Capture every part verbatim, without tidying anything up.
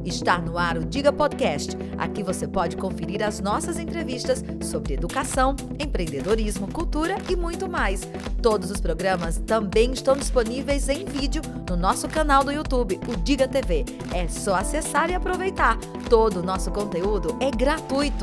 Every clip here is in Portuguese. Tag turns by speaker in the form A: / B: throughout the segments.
A: Está no ar o Diga Podcast. Aqui você pode conferir as nossas entrevistas sobre educação, empreendedorismo, cultura e muito mais. Todos os programas também estão disponíveis em vídeo no nosso canal do YouTube, o Diga T V. É só acessar e aproveitar. Todo o nosso conteúdo é gratuito.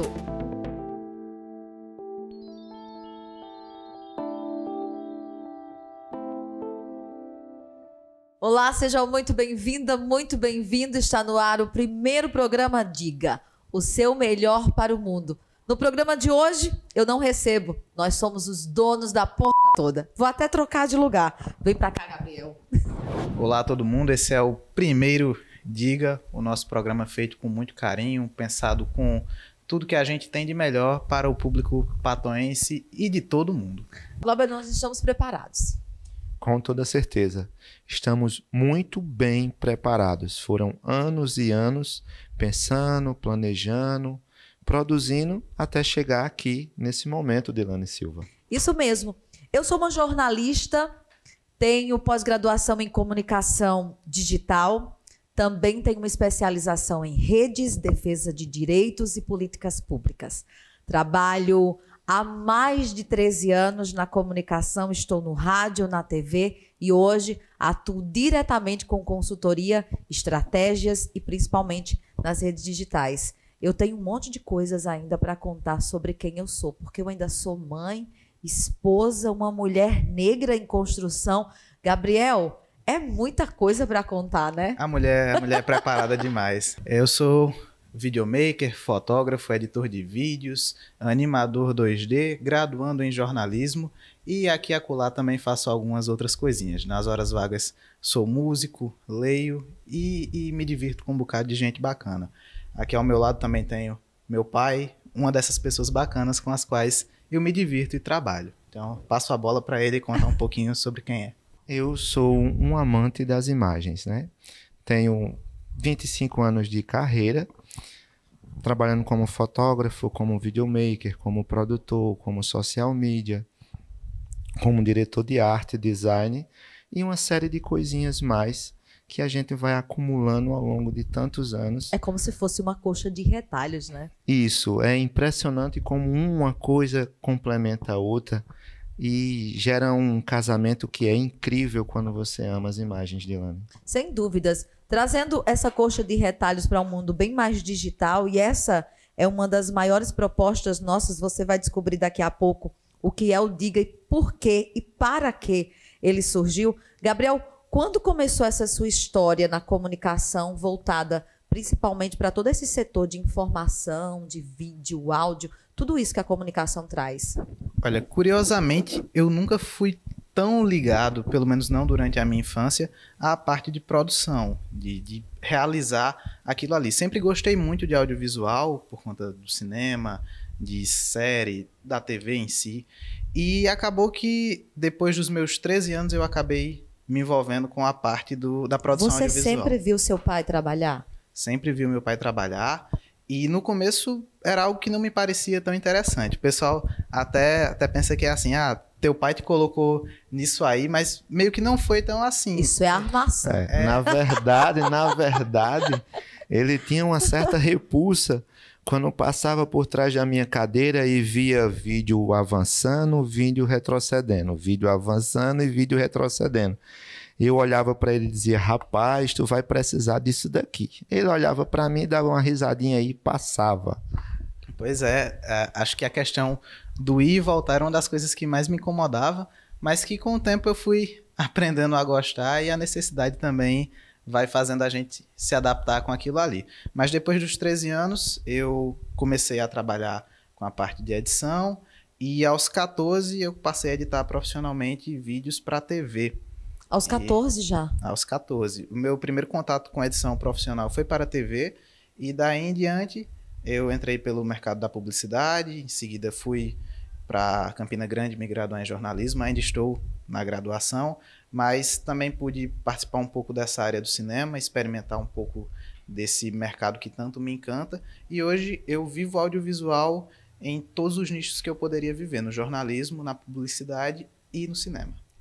A: Olá, seja muito bem-vinda, muito bem-vindo. Está no ar o primeiro programa Diga, o seu melhor para o mundo. No programa de hoje, eu não recebo. Nós somos os donos da porra toda. Vou até trocar de lugar. Vem pra cá, Gabriel.
B: Olá, todo mundo. Esse é o primeiro Diga, o nosso programa feito com muito carinho, pensado com tudo que a gente tem de melhor para o público patoense e de todo mundo.
A: Glauber, nós estamos preparados.
C: Com toda certeza. Estamos muito bem preparados. Foram anos e anos pensando, planejando, produzindo até chegar aqui nesse momento, Deilane Silva.
A: Isso mesmo. Eu sou uma jornalista, tenho pós-graduação em comunicação digital, também tenho uma especialização em redes, defesa de direitos e políticas públicas. Trabalho há mais de treze anos na comunicação, estou no rádio, na T V e hoje atuo diretamente com consultoria, estratégias e principalmente nas redes digitais. Eu tenho um monte de coisas ainda para contar sobre quem eu sou, porque eu ainda sou mãe, esposa, uma mulher negra em construção. Gabriel, é muita coisa para contar, né?
B: A mulher, a mulher é preparada demais. Eu sou videomaker, fotógrafo, editor de vídeos, animador dois D, graduando em jornalismo e aqui e acolá também faço algumas outras coisinhas. Nas horas vagas sou músico, leio e, e me divirto com um bocado de gente bacana. Aqui ao meu lado também tenho meu pai, uma dessas pessoas bacanas com as quais eu me divirto e trabalho. Então passo a bola para ele contar um pouquinho sobre quem é.
C: Eu sou um amante das imagens, né? Tenho vinte e cinco anos de carreira, trabalhando como fotógrafo, como videomaker, como produtor, como social media, como diretor de arte, design e uma série de coisinhas mais que a gente vai acumulando ao longo de tantos anos.
A: É como se fosse uma coxa de retalhos, né?
C: Isso, é impressionante como uma coisa complementa a outra e gera um casamento que é incrível quando você ama as imagens, Deilane.
A: Sem dúvidas. Trazendo essa coxa de retalhos para um mundo bem mais digital, e essa é uma das maiores propostas nossas, você vai descobrir daqui a pouco o que é o Diga e por quê e para que ele surgiu. Gabriel, quando começou essa sua história na comunicação voltada principalmente para todo esse setor de informação, de vídeo, áudio, tudo isso que a comunicação traz?
B: Olha, curiosamente, eu nunca fui tão ligado, pelo menos não durante a minha infância, à parte de produção, de, de realizar aquilo ali. Sempre gostei muito de audiovisual, por conta do cinema, de série, da T V em si. E acabou que, depois dos meus treze anos, eu acabei me envolvendo com a parte do, da produção
A: Você
B: audiovisual. Você
A: sempre viu seu pai trabalhar?
B: Sempre vi meu pai trabalhar. E no começo era algo que não me parecia tão interessante. O pessoal até, até pensa que é assim, ah, teu pai te colocou nisso aí, mas meio que não foi tão assim.
A: Isso é armação.
C: É,
B: É.
C: Na verdade, na verdade, ele tinha uma certa repulsa quando passava por trás da minha cadeira e via vídeo avançando, vídeo retrocedendo, vídeo avançando e vídeo retrocedendo. Eu olhava para ele e dizia, rapaz, tu vai precisar disso daqui. Ele olhava para mim, dava uma risadinha aí e passava.
B: Pois é, é, acho que a questão do ir e voltar era uma das coisas que mais me incomodava, mas que com o tempo eu fui aprendendo a gostar e a necessidade também vai fazendo a gente se adaptar com aquilo ali. Mas depois dos treze anos, eu comecei a trabalhar com a parte de edição e aos catorze eu passei a editar profissionalmente vídeos para T V.
A: Aos catorze já?
B: Aos catorze. O meu primeiro contato com edição profissional foi para a T V e daí em diante eu entrei pelo mercado da publicidade, em seguida fui para Campina Grande, me graduar em jornalismo, ainda estou na graduação, mas também pude participar um pouco dessa área do cinema, experimentar um pouco desse mercado que tanto me encanta e hoje eu vivo audiovisual em todos os nichos que eu poderia viver, no jornalismo, na publicidade e no cinema.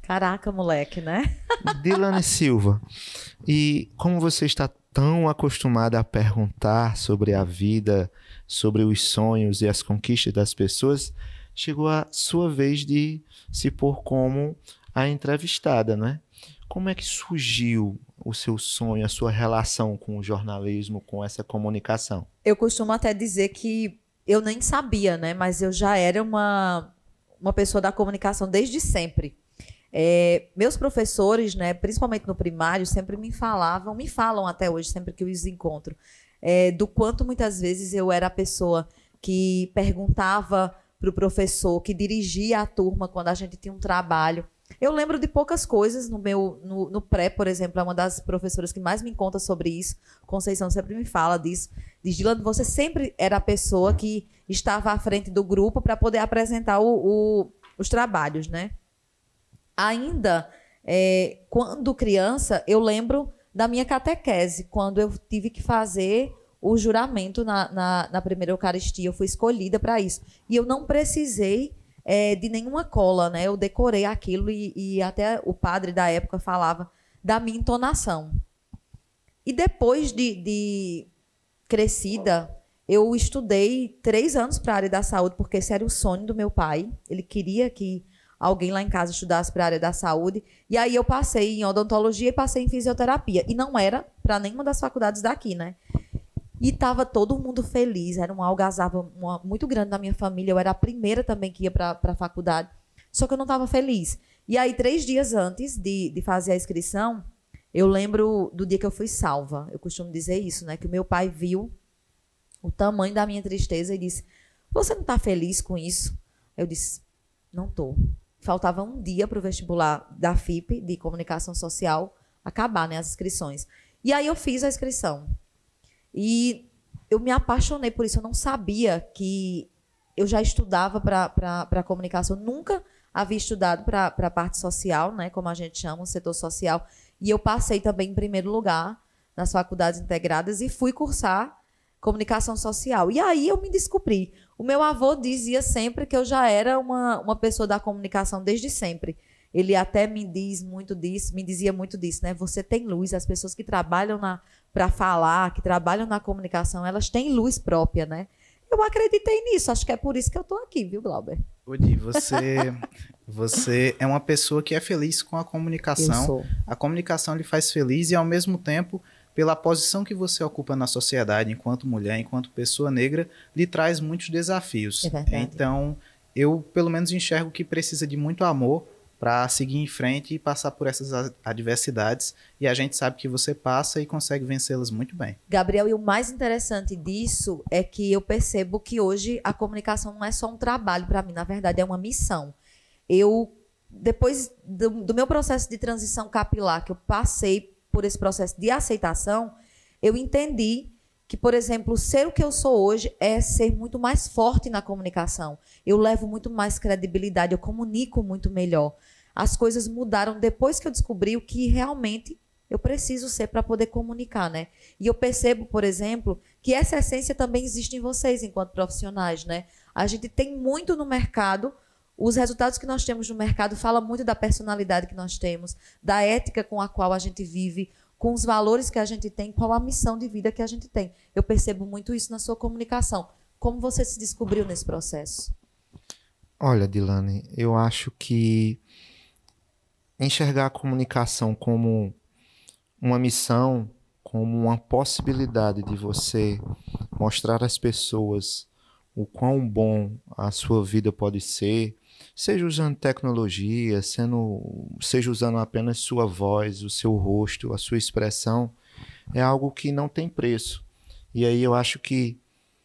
A: Caraca, moleque, né?
C: Dilane Silva, e como você está tão acostumada a perguntar sobre a vida, sobre os sonhos e as conquistas das pessoas, chegou a sua vez de se pôr como a entrevistada, né? Como é que surgiu o seu sonho, a sua relação com o jornalismo, com essa comunicação?
A: Eu costumo até dizer que eu nem sabia, né? Mas eu já era uma, uma pessoa da comunicação desde sempre. É, meus professores, né, principalmente no primário, sempre me falavam, me falam até hoje, sempre que eu os encontro, é, do quanto muitas vezes eu era a pessoa que perguntava para o professor, que dirigia a turma quando a gente tinha um trabalho. Eu lembro de poucas coisas no meu no, no pré, por exemplo, é uma das professoras que mais me conta sobre isso. Conceição sempre me fala disso. Diz, Dilane, você sempre era a pessoa que estava à frente do grupo para poder apresentar o, o, os trabalhos, né? Ainda, é, quando criança, eu lembro da minha catequese, quando eu tive que fazer o juramento na, na, na primeira Eucaristia. Eu fui escolhida para isso. E eu não precisei é, de nenhuma cola, né? Eu decorei aquilo e, e até o padre da época falava da minha entonação. E depois de, de crescida, eu estudei três anos para a área da saúde, porque esse era o sonho do meu pai. Ele queria que alguém lá em casa estudasse para a área da saúde. E aí eu passei em odontologia e passei em fisioterapia. E não era para nenhuma das faculdades daqui, né? E estava todo mundo feliz. Era uma algazarra muito grande na minha família. Eu era a primeira também que ia para a faculdade. Só que eu não estava feliz. E aí, três dias antes de, de fazer a inscrição, eu lembro do dia que eu fui salva. Eu costumo dizer isso, né? Que o meu pai viu o tamanho da minha tristeza e disse, você não está feliz com isso? Eu disse, não estou. Faltava um dia para o vestibular da F I P, de Comunicação Social, acabar, né, as inscrições. E aí eu fiz a inscrição. E eu me apaixonei por isso. Eu não sabia que eu já estudava para a comunicação. Eu nunca havia estudado para a parte social, né, como a gente chama, o setor social. E eu passei também em primeiro lugar nas faculdades integradas e fui cursar comunicação social. E aí eu me descobri. O meu avô dizia sempre que eu já era uma, uma pessoa da comunicação desde sempre. Ele até me diz muito disso, me dizia muito disso, né? Você tem luz, as pessoas que trabalham para falar, que trabalham na comunicação, elas têm luz própria, né? Eu acreditei nisso, acho que é por isso que eu estou aqui, viu, Glauber?
B: Odi, você, você é uma pessoa que é feliz com a comunicação.
A: Eu sou.
B: A comunicação lhe faz feliz e, ao mesmo tempo, pela posição que você ocupa na sociedade, enquanto mulher, enquanto pessoa negra, lhe traz muitos desafios.
A: É verdade.
B: Então, eu, pelo menos, enxergo que precisa de muito amor para seguir em frente e passar por essas adversidades. E a gente sabe que você passa e consegue vencê-las muito bem.
A: Gabriel, e o mais interessante disso é que eu percebo que hoje a comunicação não é só um trabalho para mim, na verdade é uma missão. Eu, depois do, do meu processo de transição capilar, que eu passei por esse processo de aceitação, eu entendi que, por exemplo, ser o que eu sou hoje é ser muito mais forte na comunicação. Eu levo muito mais credibilidade, eu comunico muito melhor. As coisas mudaram depois que eu descobri o que realmente eu preciso ser para poder comunicar, né? E eu percebo, por exemplo, que essa essência também existe em vocês enquanto profissionais, né? A gente tem muito no mercado. Os resultados que nós temos no mercado falam muito da personalidade que nós temos, da ética com a qual a gente vive, com os valores que a gente tem, qual a missão de vida que a gente tem. Eu percebo muito isso na sua comunicação. Como você se descobriu nesse processo?
C: Olha, Dilane, eu acho que enxergar a comunicação como uma missão, como uma possibilidade de você mostrar às pessoas o quão bom a sua vida pode ser, seja usando tecnologia, sendo, seja usando apenas sua voz, o seu rosto, a sua expressão, é algo que não tem preço. E aí eu acho que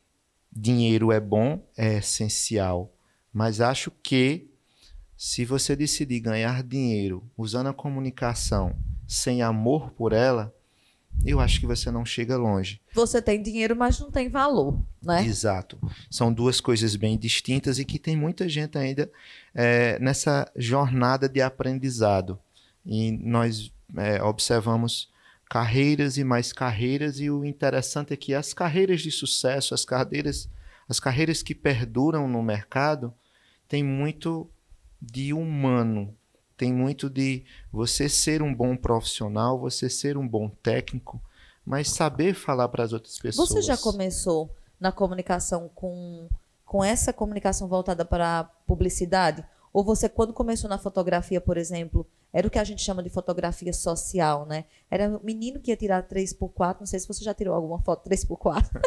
C: dinheiro é bom, é essencial, mas acho que se você decidir ganhar dinheiro usando a comunicação sem amor por ela, eu acho que você não chega longe.
A: Você tem dinheiro, mas não tem valor, né?
C: Exato. São duas coisas bem distintas e que tem muita gente ainda é, nessa jornada de aprendizado. E nós é, observamos carreiras e mais carreiras, e o interessante é que as carreiras de sucesso, as carreiras, as carreiras que perduram no mercado, tem muito de humano tem muito de você ser um bom profissional, você ser um bom técnico, mas saber falar para as outras pessoas.
A: Você já começou na comunicação com, com essa comunicação voltada para a publicidade? Ou você, quando começou na fotografia, por exemplo, era o que a gente chama de fotografia social, né? Era o menino que ia tirar três por quatro, não sei se você já tirou alguma foto três por quatro.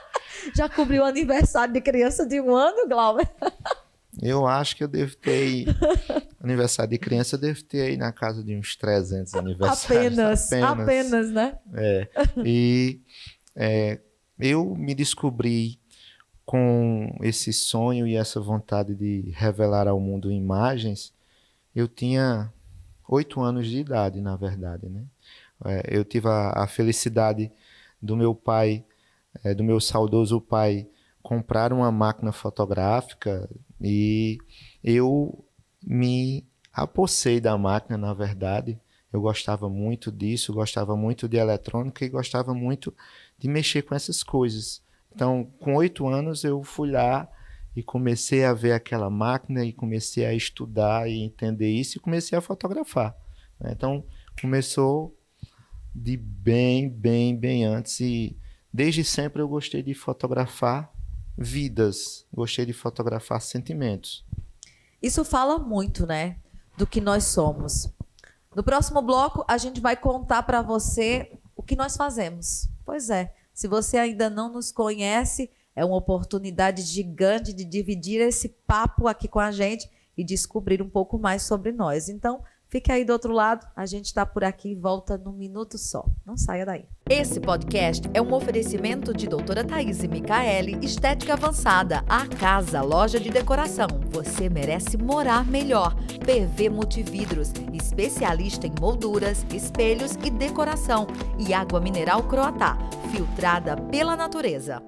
A: Já cobriu o aniversário de criança de um ano, Glauber?
C: Eu acho que eu devo ter... aniversário de criança, eu devo ter aí na casa de uns trezentos aniversários.
A: Apenas, apenas, apenas, né?
C: É. E é, eu me descobri com esse sonho e essa vontade de revelar ao mundo imagens. Eu tinha oito anos de idade, na verdade, né? É, eu tive a, a felicidade do meu pai, é, do meu saudoso pai, comprar uma máquina fotográfica e eu me apossei da máquina, na verdade. Eu gostava muito disso, gostava muito de eletrônica e gostava muito de mexer com essas coisas. Então, com oito anos, eu fui lá e comecei a ver aquela máquina e comecei a estudar e entender isso e comecei a fotografar. Então, começou de bem, bem, bem antes e desde sempre eu gostei de fotografar vidas, gostei de fotografar sentimentos.
A: Isso fala muito, né, do que nós somos. No próximo bloco, a gente vai contar para você o que nós fazemos. Pois é, se você ainda não nos conhece, é uma oportunidade gigante de dividir esse papo aqui com a gente e descobrir um pouco mais sobre nós. Então, fique aí do outro lado, a gente está por aqui e volta num minuto só. Não saia daí. Esse podcast é um oferecimento de doutora Thaís Micaeli, Estética Avançada, a casa, loja de decoração. Você merece morar melhor. P V Multividros, especialista em molduras, espelhos e decoração. E água mineral Croatá, filtrada pela natureza.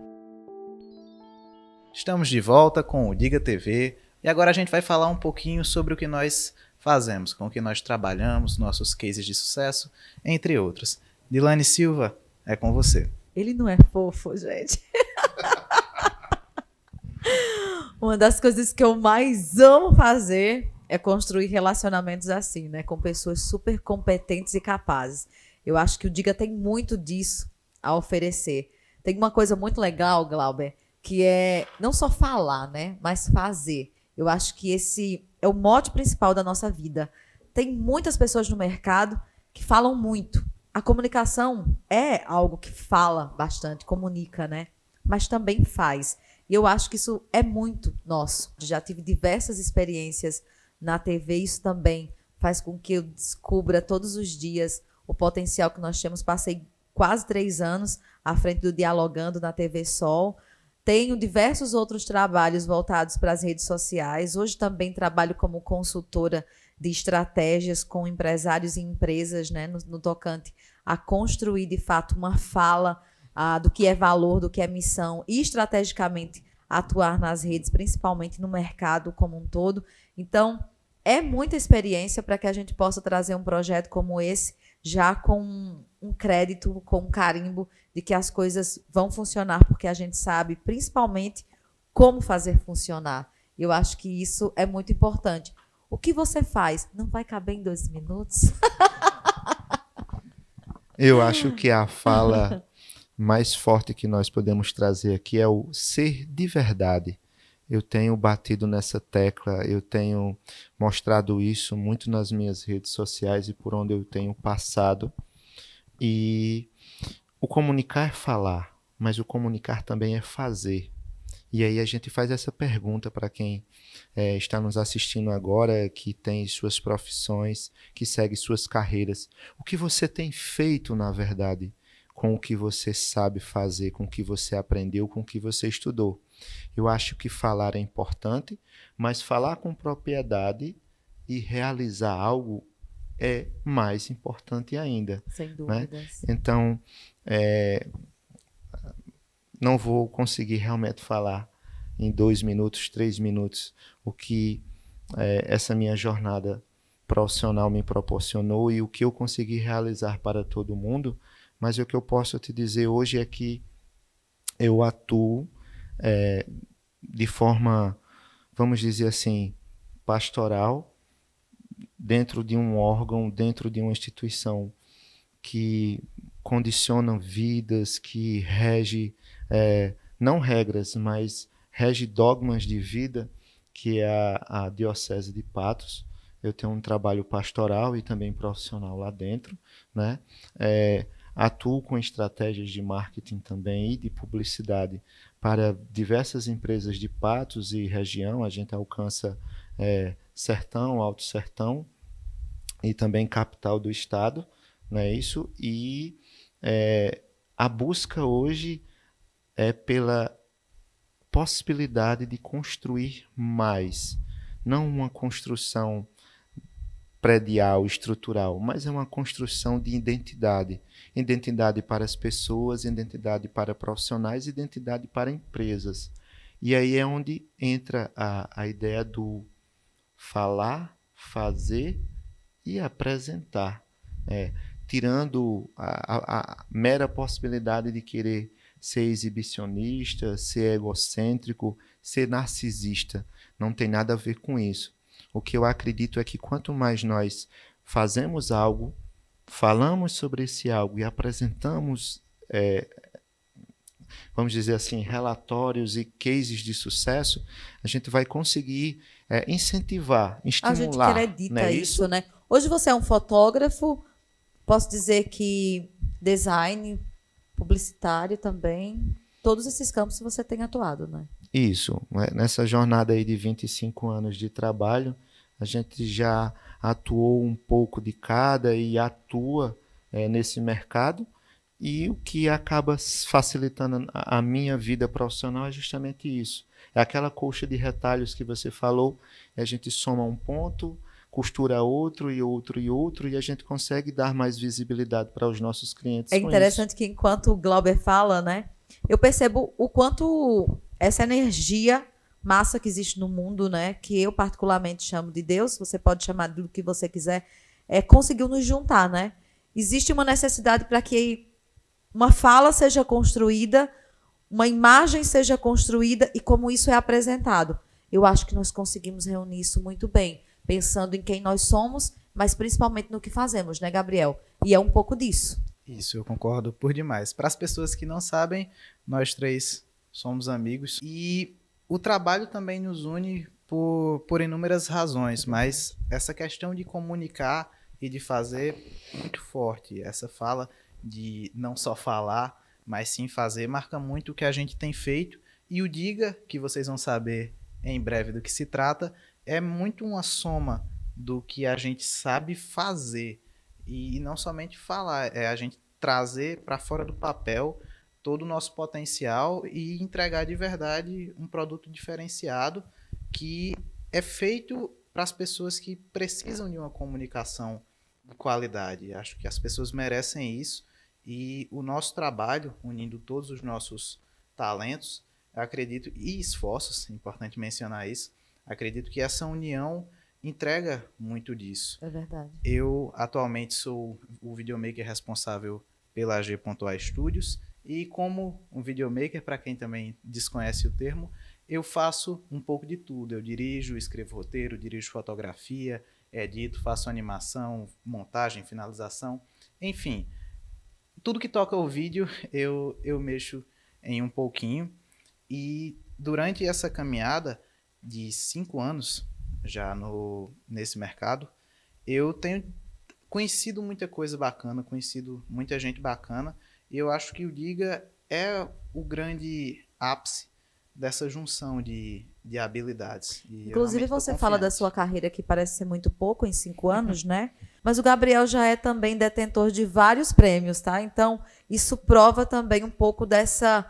B: Estamos de volta com o Diga T V e agora a gente vai falar um pouquinho sobre o que nós fazemos, com o que nós trabalhamos, nossos cases de sucesso, entre outros. Dilane Silva, é com você.
A: Ele não é fofo, gente. Uma das coisas que eu mais amo fazer é construir relacionamentos assim, né? Com pessoas super competentes e capazes. Eu acho que o Diga tem muito disso a oferecer. Tem uma coisa muito legal, Glauber, que é não só falar, né? Mas fazer. Eu acho que esse é o mote principal da nossa vida. Tem muitas pessoas no mercado que falam muito. A comunicação é algo que fala bastante, comunica, né? Mas também faz. E eu acho que isso é muito nosso. Já tive diversas experiências na T V, isso também faz com que eu descubra todos os dias o potencial que nós temos. Passei quase três anos à frente do Dialogando na T V Sol. Tenho diversos outros trabalhos voltados para as redes sociais. Hoje também trabalho como consultora de estratégias com empresários e empresas, né, no, no tocante a construir, de fato, uma fala ah, do que é valor, do que é missão e, estrategicamente, atuar nas redes, principalmente no mercado como um todo. Então, é muita experiência para que a gente possa trazer um projeto como esse, já com um crédito, com um carimbo de que as coisas vão funcionar, porque a gente sabe, principalmente, como fazer funcionar. Eu acho que isso é muito importante. O que você faz? Não vai caber em dois minutos?
C: Eu acho que a fala mais forte que nós podemos trazer aqui é o ser de verdade. Eu tenho batido nessa tecla, eu tenho mostrado isso muito nas minhas redes sociais e por onde eu tenho passado. E o comunicar é falar, mas o comunicar também é fazer. E aí a gente faz essa pergunta para quem é, está nos assistindo agora, que tem suas profissões, que segue suas carreiras. O que você tem feito, na verdade, com o que você sabe fazer, com o que você aprendeu, com o que você estudou? Eu acho que falar é importante, mas falar com propriedade e realizar algo é mais importante ainda.
A: Sem dúvidas.
C: Né? Então, é, não vou conseguir realmente falar em dois minutos, três minutos, o que é, essa minha jornada profissional me proporcionou e o que eu consegui realizar para todo mundo, mas o que eu posso te dizer hoje é que eu atuo é, de forma, vamos dizer assim, pastoral, dentro de um órgão, dentro de uma instituição que condiciona vidas, que rege, é, não regras, mas rege dogmas de vida, que é a, a Diocese de Patos. Eu tenho um trabalho pastoral e também profissional lá dentro, né? É, atuo com estratégias de marketing também e de publicidade para diversas empresas de Patos e região. A gente alcança é, Sertão, Alto Sertão e também capital do estado, não é isso? E é, a busca hoje é pela possibilidade de construir mais, não uma construção predial, estrutural, mas é uma construção de identidade. Identidade para as pessoas, identidade para profissionais, identidade para empresas. E aí é onde entra a, a ideia do falar, fazer e apresentar. É, tirando a, a, a mera possibilidade de querer ser exibicionista, ser egocêntrico, ser narcisista. Não tem nada a ver com isso. O que eu acredito é que quanto mais nós fazemos algo, falamos sobre esse algo e apresentamos, é, vamos dizer assim, relatórios e cases de sucesso, a gente vai conseguir é, incentivar, estimular.
A: A gente acredita
C: né,
A: isso,
C: isso,
A: né? Hoje você é um fotógrafo, posso dizer que design, publicitário também, todos esses campos você tem atuado, né?
C: Isso. Nessa jornada aí de vinte e cinco anos de trabalho, a gente já atuou um pouco de cada e atua é, nesse mercado. E o que acaba facilitando a, a minha vida profissional é justamente isso. É aquela colcha de retalhos que você falou, a gente soma um ponto, costura outro e outro e outro, e a gente consegue dar mais visibilidade para os nossos clientes.
A: É interessante que enquanto o Glauber fala, né, eu percebo o quanto essa energia massa que existe no mundo, né, que eu particularmente chamo de Deus, você pode chamar do que você quiser, é, conseguiu nos juntar, né? Existe uma necessidade para que uma fala seja construída, uma imagem seja construída e como isso é apresentado. Eu acho que nós conseguimos reunir isso muito bem, pensando em quem nós somos, mas principalmente no que fazemos, né, Gabriel? E é um pouco disso.
B: Isso, eu concordo por demais. Para as pessoas que não sabem, nós três somos amigos e o trabalho também nos une por, por inúmeras razões, mas essa questão de comunicar e de fazer muito forte, essa fala de não só falar, mas sim fazer, marca muito o que a gente tem feito. E o Diga, que vocês vão saber em breve do que se trata, é muito uma soma do que a gente sabe fazer. E não somente falar, é a gente trazer para fora do papel todo o nosso potencial e entregar de verdade um produto diferenciado que é feito para as pessoas que precisam de uma comunicação de qualidade. Acho que as pessoas merecem isso e o nosso trabalho, unindo todos os nossos talentos, acredito, e esforços, é importante mencionar isso, acredito que essa união entrega muito disso.
A: É verdade.
B: Eu atualmente sou o videomaker responsável pela G ponto A Studios e como um videomaker, para quem também desconhece o termo, eu faço um pouco de tudo. Eu dirijo, escrevo roteiro, dirijo fotografia, edito, faço animação, montagem, finalização, enfim, tudo que toca o vídeo eu, eu mexo em um pouquinho. E durante essa caminhada de cinco anos já no, nesse mercado, eu tenho conhecido muita coisa bacana, conhecido muita gente bacana, e eu acho que o Diga é o grande ápice dessa junção de, de habilidades. E
A: inclusive você fala da sua carreira que parece ser muito pouco em cinco anos, né? Mas o Gabriel já é também detentor de vários prêmios, tá? Então, isso prova também um pouco dessa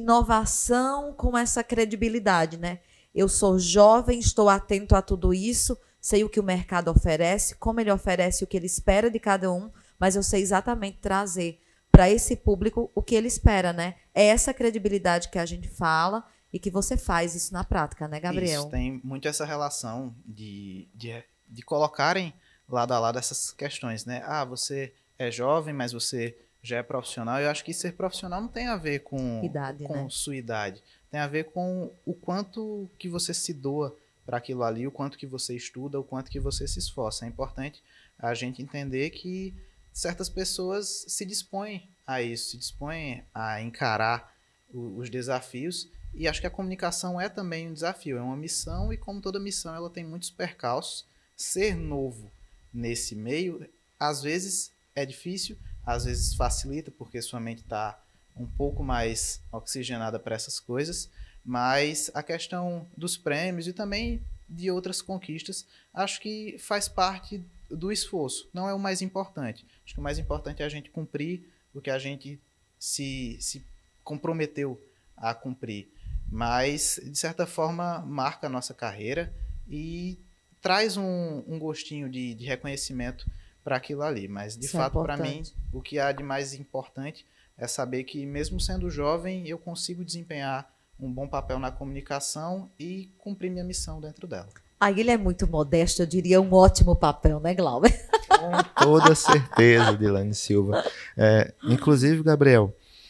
A: inovação com essa credibilidade, né? Eu sou jovem, estou atento a tudo isso, sei o que o mercado oferece, como ele oferece o que ele espera de cada um, mas eu sei exatamente trazer para esse público o que ele espera, né? É essa credibilidade que a gente fala e que você faz isso na prática, né, Gabriel?
B: Isso, tem muito essa relação de, de, de colocarem lado a lado essas questões, né? Ah, você é jovem, mas você já é profissional. Eu acho que ser profissional não tem a ver com,
A: idade,
B: com
A: né?
B: sua idade. Tem a ver com o quanto que você se doa para aquilo ali, o quanto que você estuda, o quanto que você se esforça. É importante a gente entender que certas pessoas se dispõem a isso, se dispõem a encarar o, os desafios, e acho que a comunicação é também um desafio, é uma missão, e como toda missão ela tem muitos percalços. Ser novo nesse meio, às vezes é difícil, às vezes facilita, porque sua mente está um pouco mais oxigenada para essas coisas, mas a questão dos prêmios e também de outras conquistas, acho que faz parte do esforço, não é o mais importante. Acho que o mais importante é a gente cumprir o que a gente se, se comprometeu a cumprir, mas de certa forma marca a nossa carreira e traz um, um gostinho de, de reconhecimento para aquilo ali, mas de
A: Isso é
B: fato para mim
A: importante.
B: o que há de mais importante é saber que mesmo sendo jovem eu consigo desempenhar um bom papel na comunicação e cumprir minha missão dentro dela.
A: Aí ele é muito modesto, eu diria um ótimo papel, né, Glauber?
C: Com toda certeza, Dilane Silva. É, inclusive, Gabriel,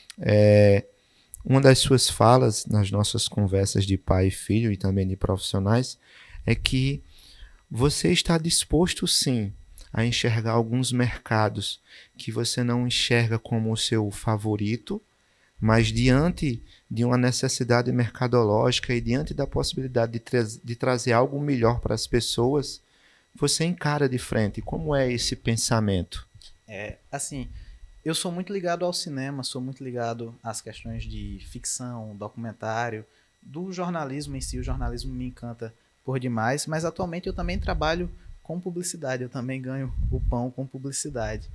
C: é, uma das suas falas nas nossas conversas de pai e filho e também de profissionais é que você está disposto, sim, a enxergar alguns mercados que você não enxerga como o seu favorito, mas diante de uma necessidade mercadológica e diante da possibilidade de, tra de trazer algo melhor para as pessoas, você encara de frente. Como é esse pensamento?
B: É, assim, eu sou muito ligado ao cinema, sou muito ligado às questões de ficção, documentário, do jornalismo em si. O jornalismo me encanta por demais, mas atualmente eu também trabalho com publicidade, eu também ganho o pão com publicidade.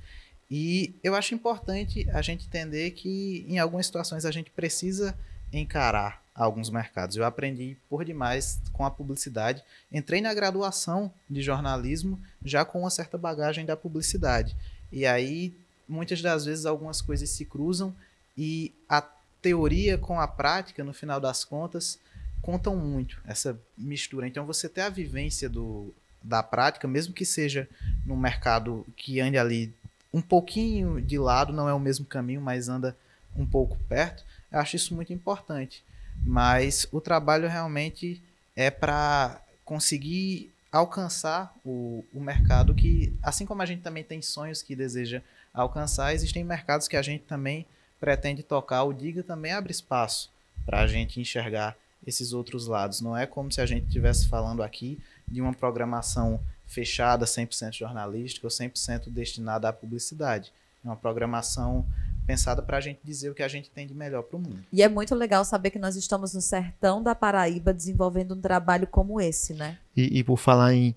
B: E eu acho importante a gente entender que em algumas situações a gente precisa encarar alguns mercados. Eu aprendi por demais com a publicidade. Entrei na graduação de jornalismo já com uma certa bagagem da publicidade. E aí, muitas das vezes, algumas coisas se cruzam e a teoria com a prática, no final das contas, contam muito, essa mistura. Então, você ter a vivência do, da prática, mesmo que seja num mercado que ande ali um pouquinho de lado, não é o mesmo caminho, mas anda um pouco perto, eu acho isso muito importante. Mas o trabalho realmente é para conseguir alcançar o, o mercado que, assim como a gente também tem sonhos que deseja alcançar, existem mercados que a gente também pretende tocar. O Diga também abre espaço para a gente enxergar esses outros lados. Não é como se a gente estivesse falando aqui de uma programação fechada, cem por cento jornalística ou cem por cento destinada à publicidade. É uma programação pensada para a gente dizer o que a gente tem de melhor para o mundo.
A: E é muito legal saber que nós estamos no sertão da Paraíba desenvolvendo um trabalho como esse, né?
C: E, e por falar em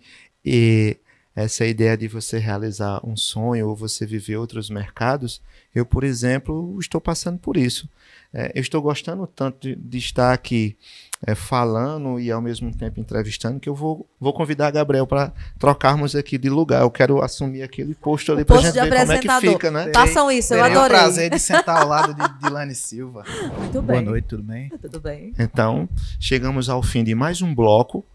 C: e, essa ideia de você realizar um sonho ou você viver outros mercados, eu, por exemplo, estou passando por isso. É, eu estou gostando tanto de, de estar aqui é, falando e ao mesmo tempo entrevistando, que eu vou, vou convidar a Gabriel para trocarmos aqui de lugar. Eu quero assumir aquele posto ali para a gente ver como é que fica, né?
A: Façam isso, eu
B: Terei
A: adorei.
B: o prazer de sentar ao lado de Dilane Silva.
A: Muito bem.
B: Boa noite, tudo bem?
A: Tudo bem.
C: Então, chegamos ao fim de mais um bloco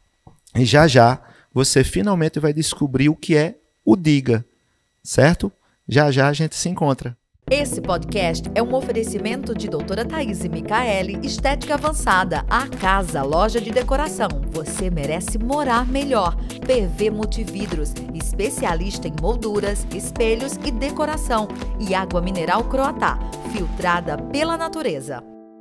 C: e já já você finalmente vai descobrir o que é o Diga, certo? Já já a gente se encontra.
A: Esse podcast é um oferecimento de doutora Thaís Micaeli, Estética Avançada, a casa, loja de decoração. Você merece morar melhor. P V Multividros, especialista em molduras, espelhos e decoração. E água mineral Croatá, filtrada pela natureza.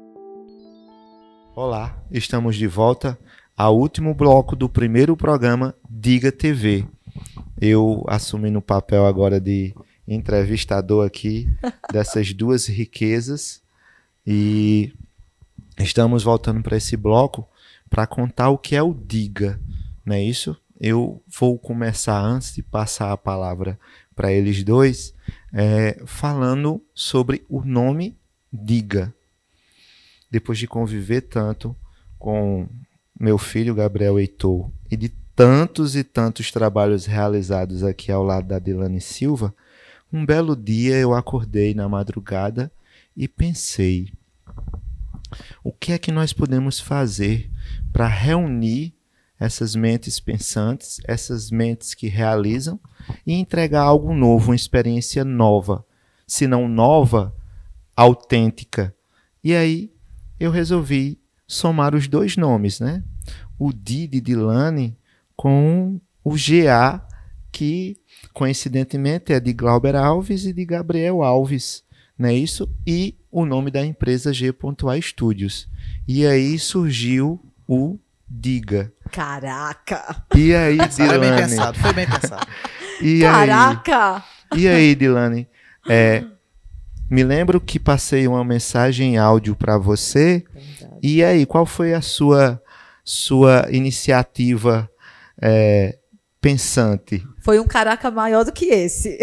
C: Olá, estamos de volta ao último bloco do primeiro programa Diga T V. Eu assumi no papel agora de entrevistador aqui dessas duas riquezas e estamos voltando para esse bloco para contar o que é o Diga, não é isso? Eu vou começar, antes de passar a palavra para eles dois, é, falando sobre o nome Diga. Depois de conviver tanto com meu filho Gabriel Heitor e de tantos e tantos trabalhos realizados aqui ao lado da Dilane Silva, um belo dia eu acordei na madrugada e pensei, o que é que nós podemos fazer para reunir essas mentes pensantes, essas mentes que realizam e entregar algo novo, uma experiência nova, se não nova, autêntica. E aí eu resolvi somar os dois nomes, né? o D de Dilane com o G A, que coincidentemente é de Glauber Alves e de Gabriel Alves, não é isso? E o nome da empresa G A Studios. E aí surgiu o Diga.
A: Caraca!
C: E aí, Dilane?
B: Foi bem pensado, foi bem pensado.
C: E
A: Caraca!
C: Aí, e aí, Dilane? É, me lembro que passei uma mensagem em áudio para você.
A: Verdade.
C: E aí, qual foi a sua, sua iniciativa é, pensante?
A: Foi um caraca maior do que esse.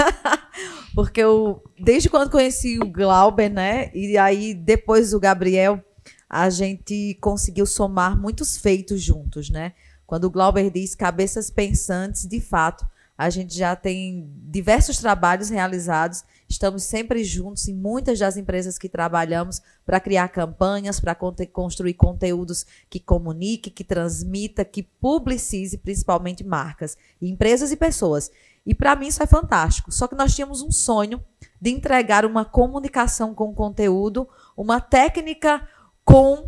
A: Porque eu, desde quando conheci o Glauber, né? E aí, depois o Gabriel, a gente conseguiu somar muitos feitos juntos, né? Quando o Glauber diz cabeças pensantes, de fato, a gente já tem diversos trabalhos realizados. Estamos sempre juntos em muitas das empresas que trabalhamos para criar campanhas, para construir conteúdos que comunique, que transmita, que publicize, principalmente marcas, empresas e pessoas. E para mim isso é fantástico. Só que nós tínhamos um sonho de entregar uma comunicação com conteúdo, uma técnica com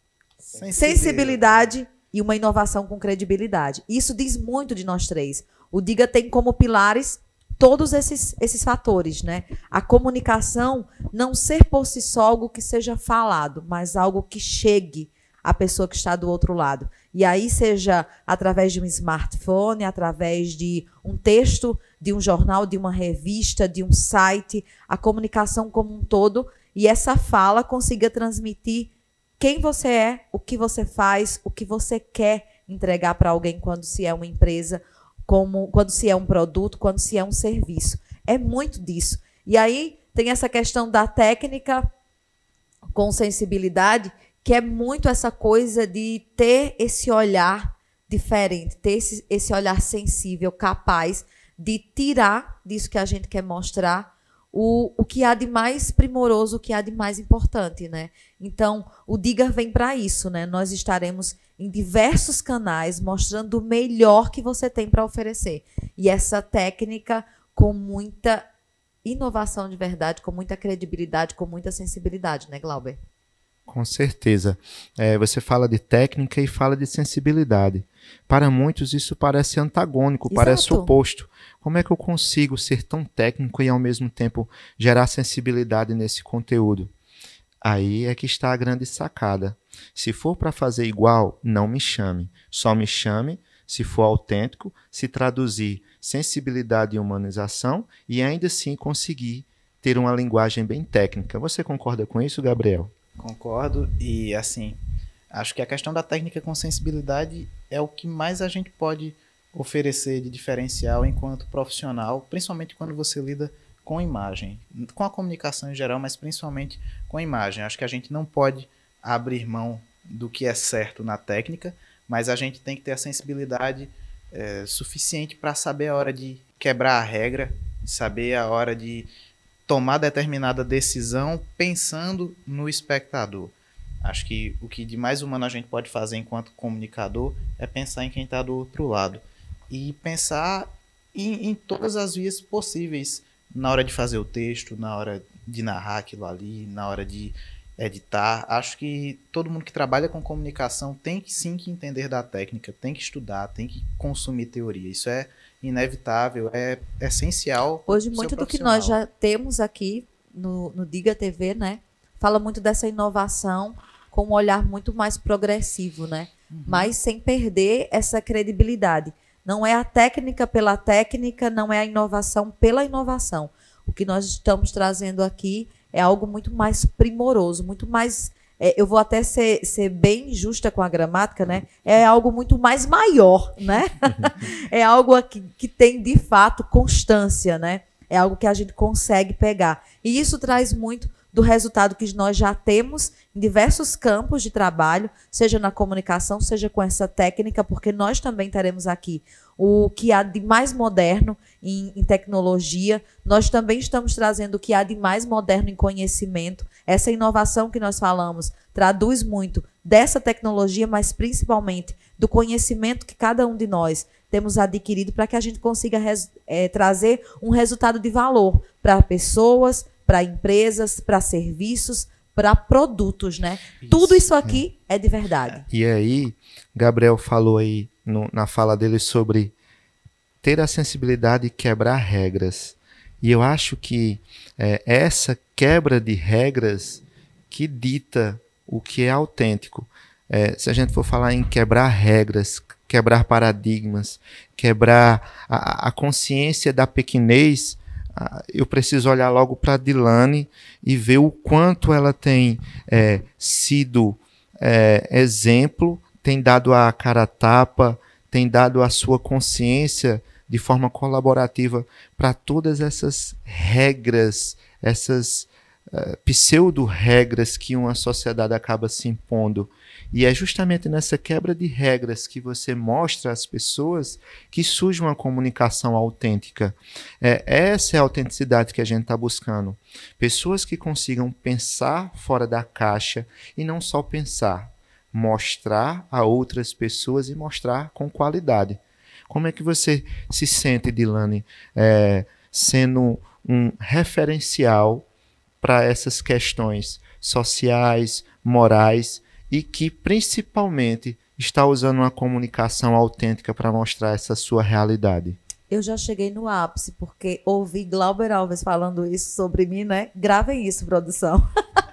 A: sensibilidade e uma inovação com credibilidade. Isso diz muito de nós três. O Diga tem como pilares todos esses, esses fatores, né? A comunicação não ser por si só algo que seja falado, mas algo que chegue à pessoa que está do outro lado. E aí seja através de um smartphone, através de um texto, de um jornal, de uma revista, de um site, a comunicação como um todo, e essa fala consiga transmitir quem você é, o que você faz, o que você quer entregar para alguém quando se é uma empresa, como, quando se é um produto, quando se é um serviço. É muito disso. E aí tem essa questão da técnica com sensibilidade, que é muito essa coisa de ter esse olhar diferente, ter esse, esse olhar sensível, capaz de tirar disso que a gente quer mostrar o, o que há de mais primoroso, o que há de mais importante, né? Então, o Diga vem para isso, né? Nós estaremos em diversos canais mostrando o melhor que você tem para oferecer. E essa técnica com muita inovação de verdade, com muita credibilidade, com muita sensibilidade, né, Glauber?
C: Com certeza. É, você fala de técnica e fala de sensibilidade. Para muitos isso parece antagônico,
A: Exato.
C: Parece oposto. Como é que eu consigo ser tão técnico e ao mesmo tempo gerar sensibilidade nesse conteúdo? Aí é que está a grande sacada. Se for para fazer igual, não me chame. Só me chame se for autêntico, se traduzir sensibilidade e humanização e ainda assim conseguir ter uma linguagem bem técnica. Você concorda com isso, Gabriel?
B: Concordo, e assim, acho que a questão da técnica com sensibilidade é o que mais a gente pode oferecer de diferencial enquanto profissional, principalmente quando você lida com imagem, com a comunicação em geral, mas principalmente com a imagem. Acho que a gente não pode abrir mão do que é certo na técnica, mas a gente tem que ter a sensibilidade é, suficiente para saber a hora de quebrar a regra, saber a hora de tomar determinada decisão pensando no espectador. Acho que o que de mais humano a gente pode fazer enquanto comunicador é pensar em quem está do outro lado. E pensar em, em todas as vias possíveis na hora de fazer o texto, na hora de narrar aquilo ali, na hora de editar. Acho que todo mundo que trabalha com comunicação tem que sim que entender da técnica, tem que estudar, tem que consumir teoria. Isso é inevitável, é essencial.
A: Hoje, muito do que nós já temos aqui no, no Diga T V, né? Fala muito dessa inovação com um olhar muito mais progressivo, né? Uhum. Mas sem perder essa credibilidade. Não é a técnica pela técnica, não é a inovação pela inovação. O que nós estamos trazendo aqui é algo muito mais primoroso, muito mais... É, eu vou até ser, ser bem justa com a gramática, né? É algo muito mais maior, né? É algo aqui que tem, de fato, constância, né? É algo que a gente consegue pegar. E isso traz muito do resultado que nós já temos em diversos campos de trabalho, seja na comunicação, seja com essa técnica, porque nós também teremos aqui o que há de mais moderno em, em tecnologia, nós também estamos trazendo o que há de mais moderno em conhecimento. Essa inovação que nós falamos traduz muito dessa tecnologia, mas principalmente do conhecimento que cada um de nós temos adquirido para que a gente consiga res, é, trazer um resultado de valor para pessoas, para empresas, para serviços, para produtos, né? Isso. Tudo isso aqui é. é de verdade.
C: E aí, Gabriel falou aí no, na fala dele sobre ter a sensibilidade e quebrar regras. E eu acho que é, essa quebra de regras que dita o que é autêntico. É, se a gente for falar em quebrar regras, quebrar paradigmas, quebrar a, a consciência da pequenez, eu preciso olhar logo para a Dilane e ver o quanto ela tem é, sido é, exemplo, tem dado a cara a tapa, tem dado a sua consciência de forma colaborativa para todas essas regras, essas uh, pseudo-regras que uma sociedade acaba se impondo. E é justamente nessa quebra de regras que você mostra às pessoas que surge uma comunicação autêntica. É, essa é a autenticidade que a gente está buscando. Pessoas que consigam pensar fora da caixa e não só pensar, mostrar a outras pessoas e mostrar com qualidade. Como é que você se sente, Dilane, é, sendo um referencial para essas questões sociais, morais, e que, principalmente, está usando uma comunicação autêntica para mostrar essa sua realidade?
A: Eu já cheguei no ápice, porque ouvi Glauber Alves falando isso sobre mim, né? Gravem isso, produção.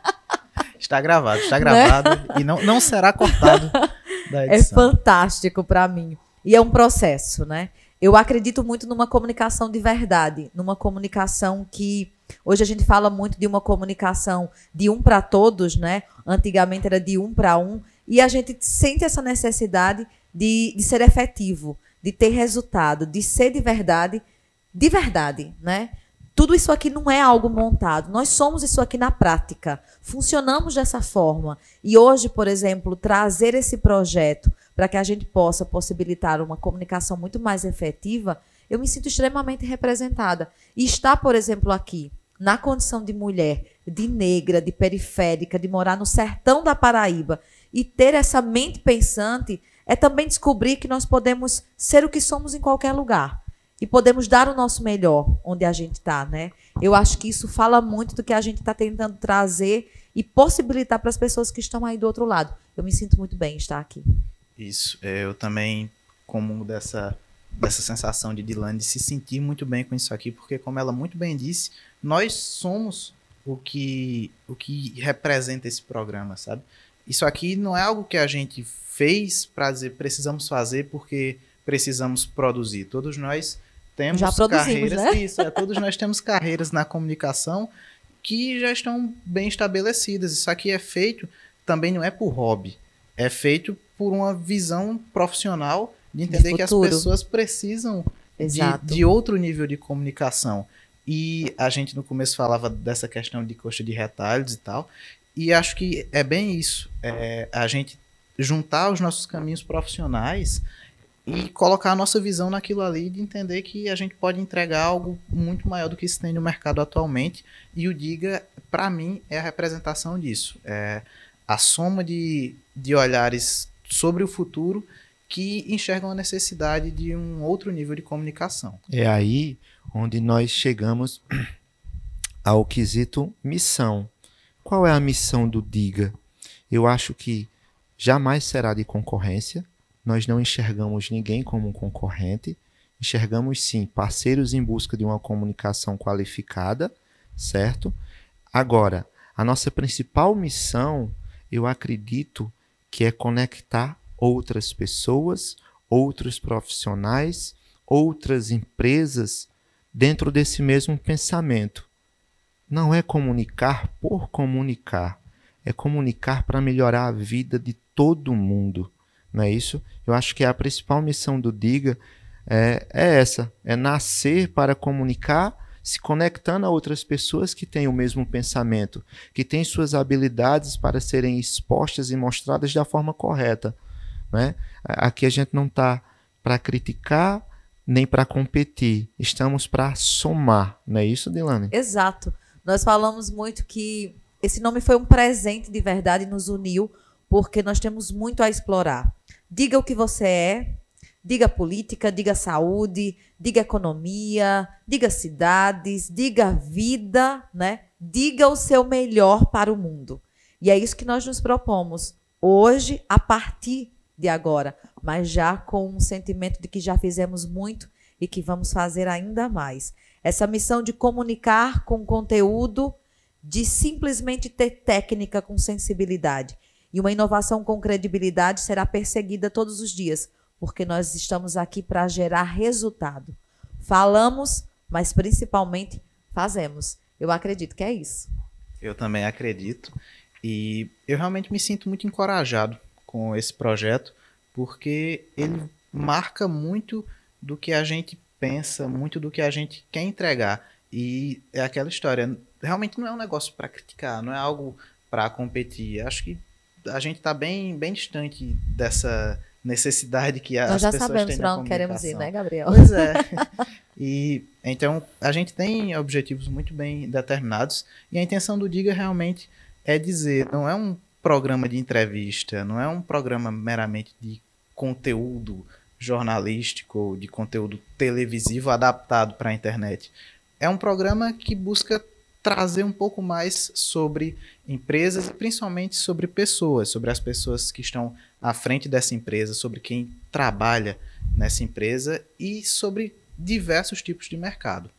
B: Está gravado, está gravado, né? E não, não será cortado da edição.
A: É fantástico para mim. E é um processo, né? Eu acredito muito numa comunicação de verdade, numa comunicação que... Hoje a gente fala muito de uma comunicação de um para todos, né? Antigamente era de um para um. E a gente sente essa necessidade de, de ser efetivo, de ter resultado, de ser de verdade, de verdade, né? Tudo isso aqui não é algo montado. Nós somos isso aqui na prática. Funcionamos dessa forma. E hoje, por exemplo, trazer esse projeto para que a gente possa possibilitar uma comunicação muito mais efetiva, eu me sinto extremamente representada. E estar, por exemplo, aqui, na condição de mulher, de negra, de periférica, de morar no sertão da Paraíba e ter essa mente pensante, é também descobrir que nós podemos ser o que somos em qualquer lugar. E podemos dar o nosso melhor onde a gente está, né? Eu acho que isso fala muito do que a gente está tentando trazer e possibilitar para as pessoas que estão aí do outro lado. Eu me sinto muito bem em estar aqui.
B: Isso. Eu também comungo dessa, dessa sensação de Dilane de se sentir muito bem com isso aqui, porque, como ela muito bem disse, nós somos o que, o que representa esse programa, sabe? Isso aqui não é algo que a gente fez para dizer precisamos fazer porque precisamos produzir. Todos nós temos
A: já
B: carreiras,
A: né?
B: isso, é, todos nós temos carreiras na comunicação que já estão bem estabelecidas. Isso aqui é feito também não é por hobby, é feito por uma visão profissional de entender que as pessoas precisam de, de outro nível de comunicação. E a gente no começo falava dessa questão de coxa de retalhos e tal, e acho que é bem isso, é a gente juntar os nossos caminhos profissionais e colocar a nossa visão naquilo ali, de entender que a gente pode entregar algo muito maior do que se tem no mercado atualmente. E o Diga, para mim, é a representação disso. É a soma de, de olhares sobre o futuro que enxergam a necessidade de um outro nível de comunicação.
C: É aí onde nós chegamos ao quesito missão. Qual é a missão do Diga? Eu acho que jamais será de concorrência. Nós não enxergamos ninguém como um concorrente, enxergamos sim parceiros em busca de uma comunicação qualificada, certo? Agora, a nossa principal missão, eu acredito que é conectar outras pessoas, outros profissionais, outras empresas dentro desse mesmo pensamento. Não é comunicar por comunicar, é comunicar para melhorar a vida de todo mundo. Não é isso? Eu acho que a principal missão do Diga é, é essa, é nascer para comunicar, se conectando a outras pessoas que têm o mesmo pensamento, que têm suas habilidades para serem expostas e mostradas da forma correta. Né? Aqui a gente não está para criticar nem para competir, estamos para somar, não é isso, Dilane?
A: Exato. Nós falamos muito que esse nome foi um presente de verdade e nos uniu, porque nós temos muito a explorar. Diga o que você é, diga política, diga saúde, diga economia, diga cidades, diga vida, né? Diga o seu melhor para o mundo. E é isso que nós nos propomos hoje, a partir de agora, mas já com um sentimento de que já fizemos muito e que vamos fazer ainda mais. Essa missão de comunicar com conteúdo, de simplesmente ter técnica com sensibilidade. E uma inovação com credibilidade será perseguida todos os dias, porque nós estamos aqui para gerar resultado. Falamos, mas principalmente fazemos. Eu acredito que é isso.
B: Eu também acredito. E eu realmente me sinto muito encorajado com esse projeto, porque ele marca muito do que a gente pensa, muito do que a gente quer entregar. E é aquela história, realmente não é um negócio para criticar, não é algo para competir. Acho que a gente está bem, bem distante dessa necessidade que as pessoas têm na comunicação.
A: Nós já sabemos para onde queremos ir, né, Gabriel?
B: Pois é. E então a gente tem objetivos muito bem determinados e a intenção do Diga realmente é dizer, não é um programa de entrevista, não é um programa meramente de conteúdo jornalístico, de conteúdo televisivo adaptado para a internet. É um programa que busca trazer um pouco mais sobre empresas e principalmente sobre pessoas, sobre as pessoas que estão à frente dessa empresa, sobre quem trabalha nessa empresa e sobre diversos tipos de mercado.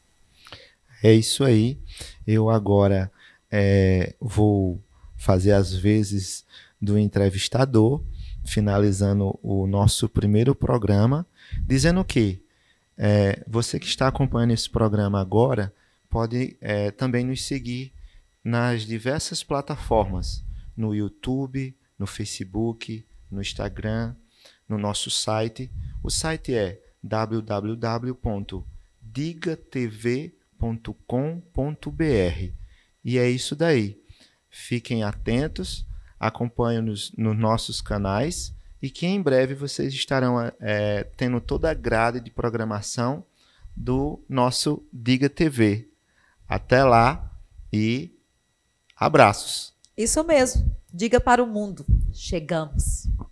C: É isso aí. Eu agora é, vou fazer as vezes do entrevistador, finalizando o nosso primeiro programa, dizendo que é, você que está acompanhando esse programa agora pode é, também nos seguir nas diversas plataformas, no YouTube, no Facebook, no Instagram, no nosso site. O site é w w w ponto diga t v ponto com ponto b r. E é isso daí. Fiquem atentos, acompanhem-nos nos nossos canais e que em breve vocês estarão é, tendo toda a grade de programação do nosso Diga T V. Até lá e abraços.
A: Isso mesmo. Diga para o mundo. Chegamos.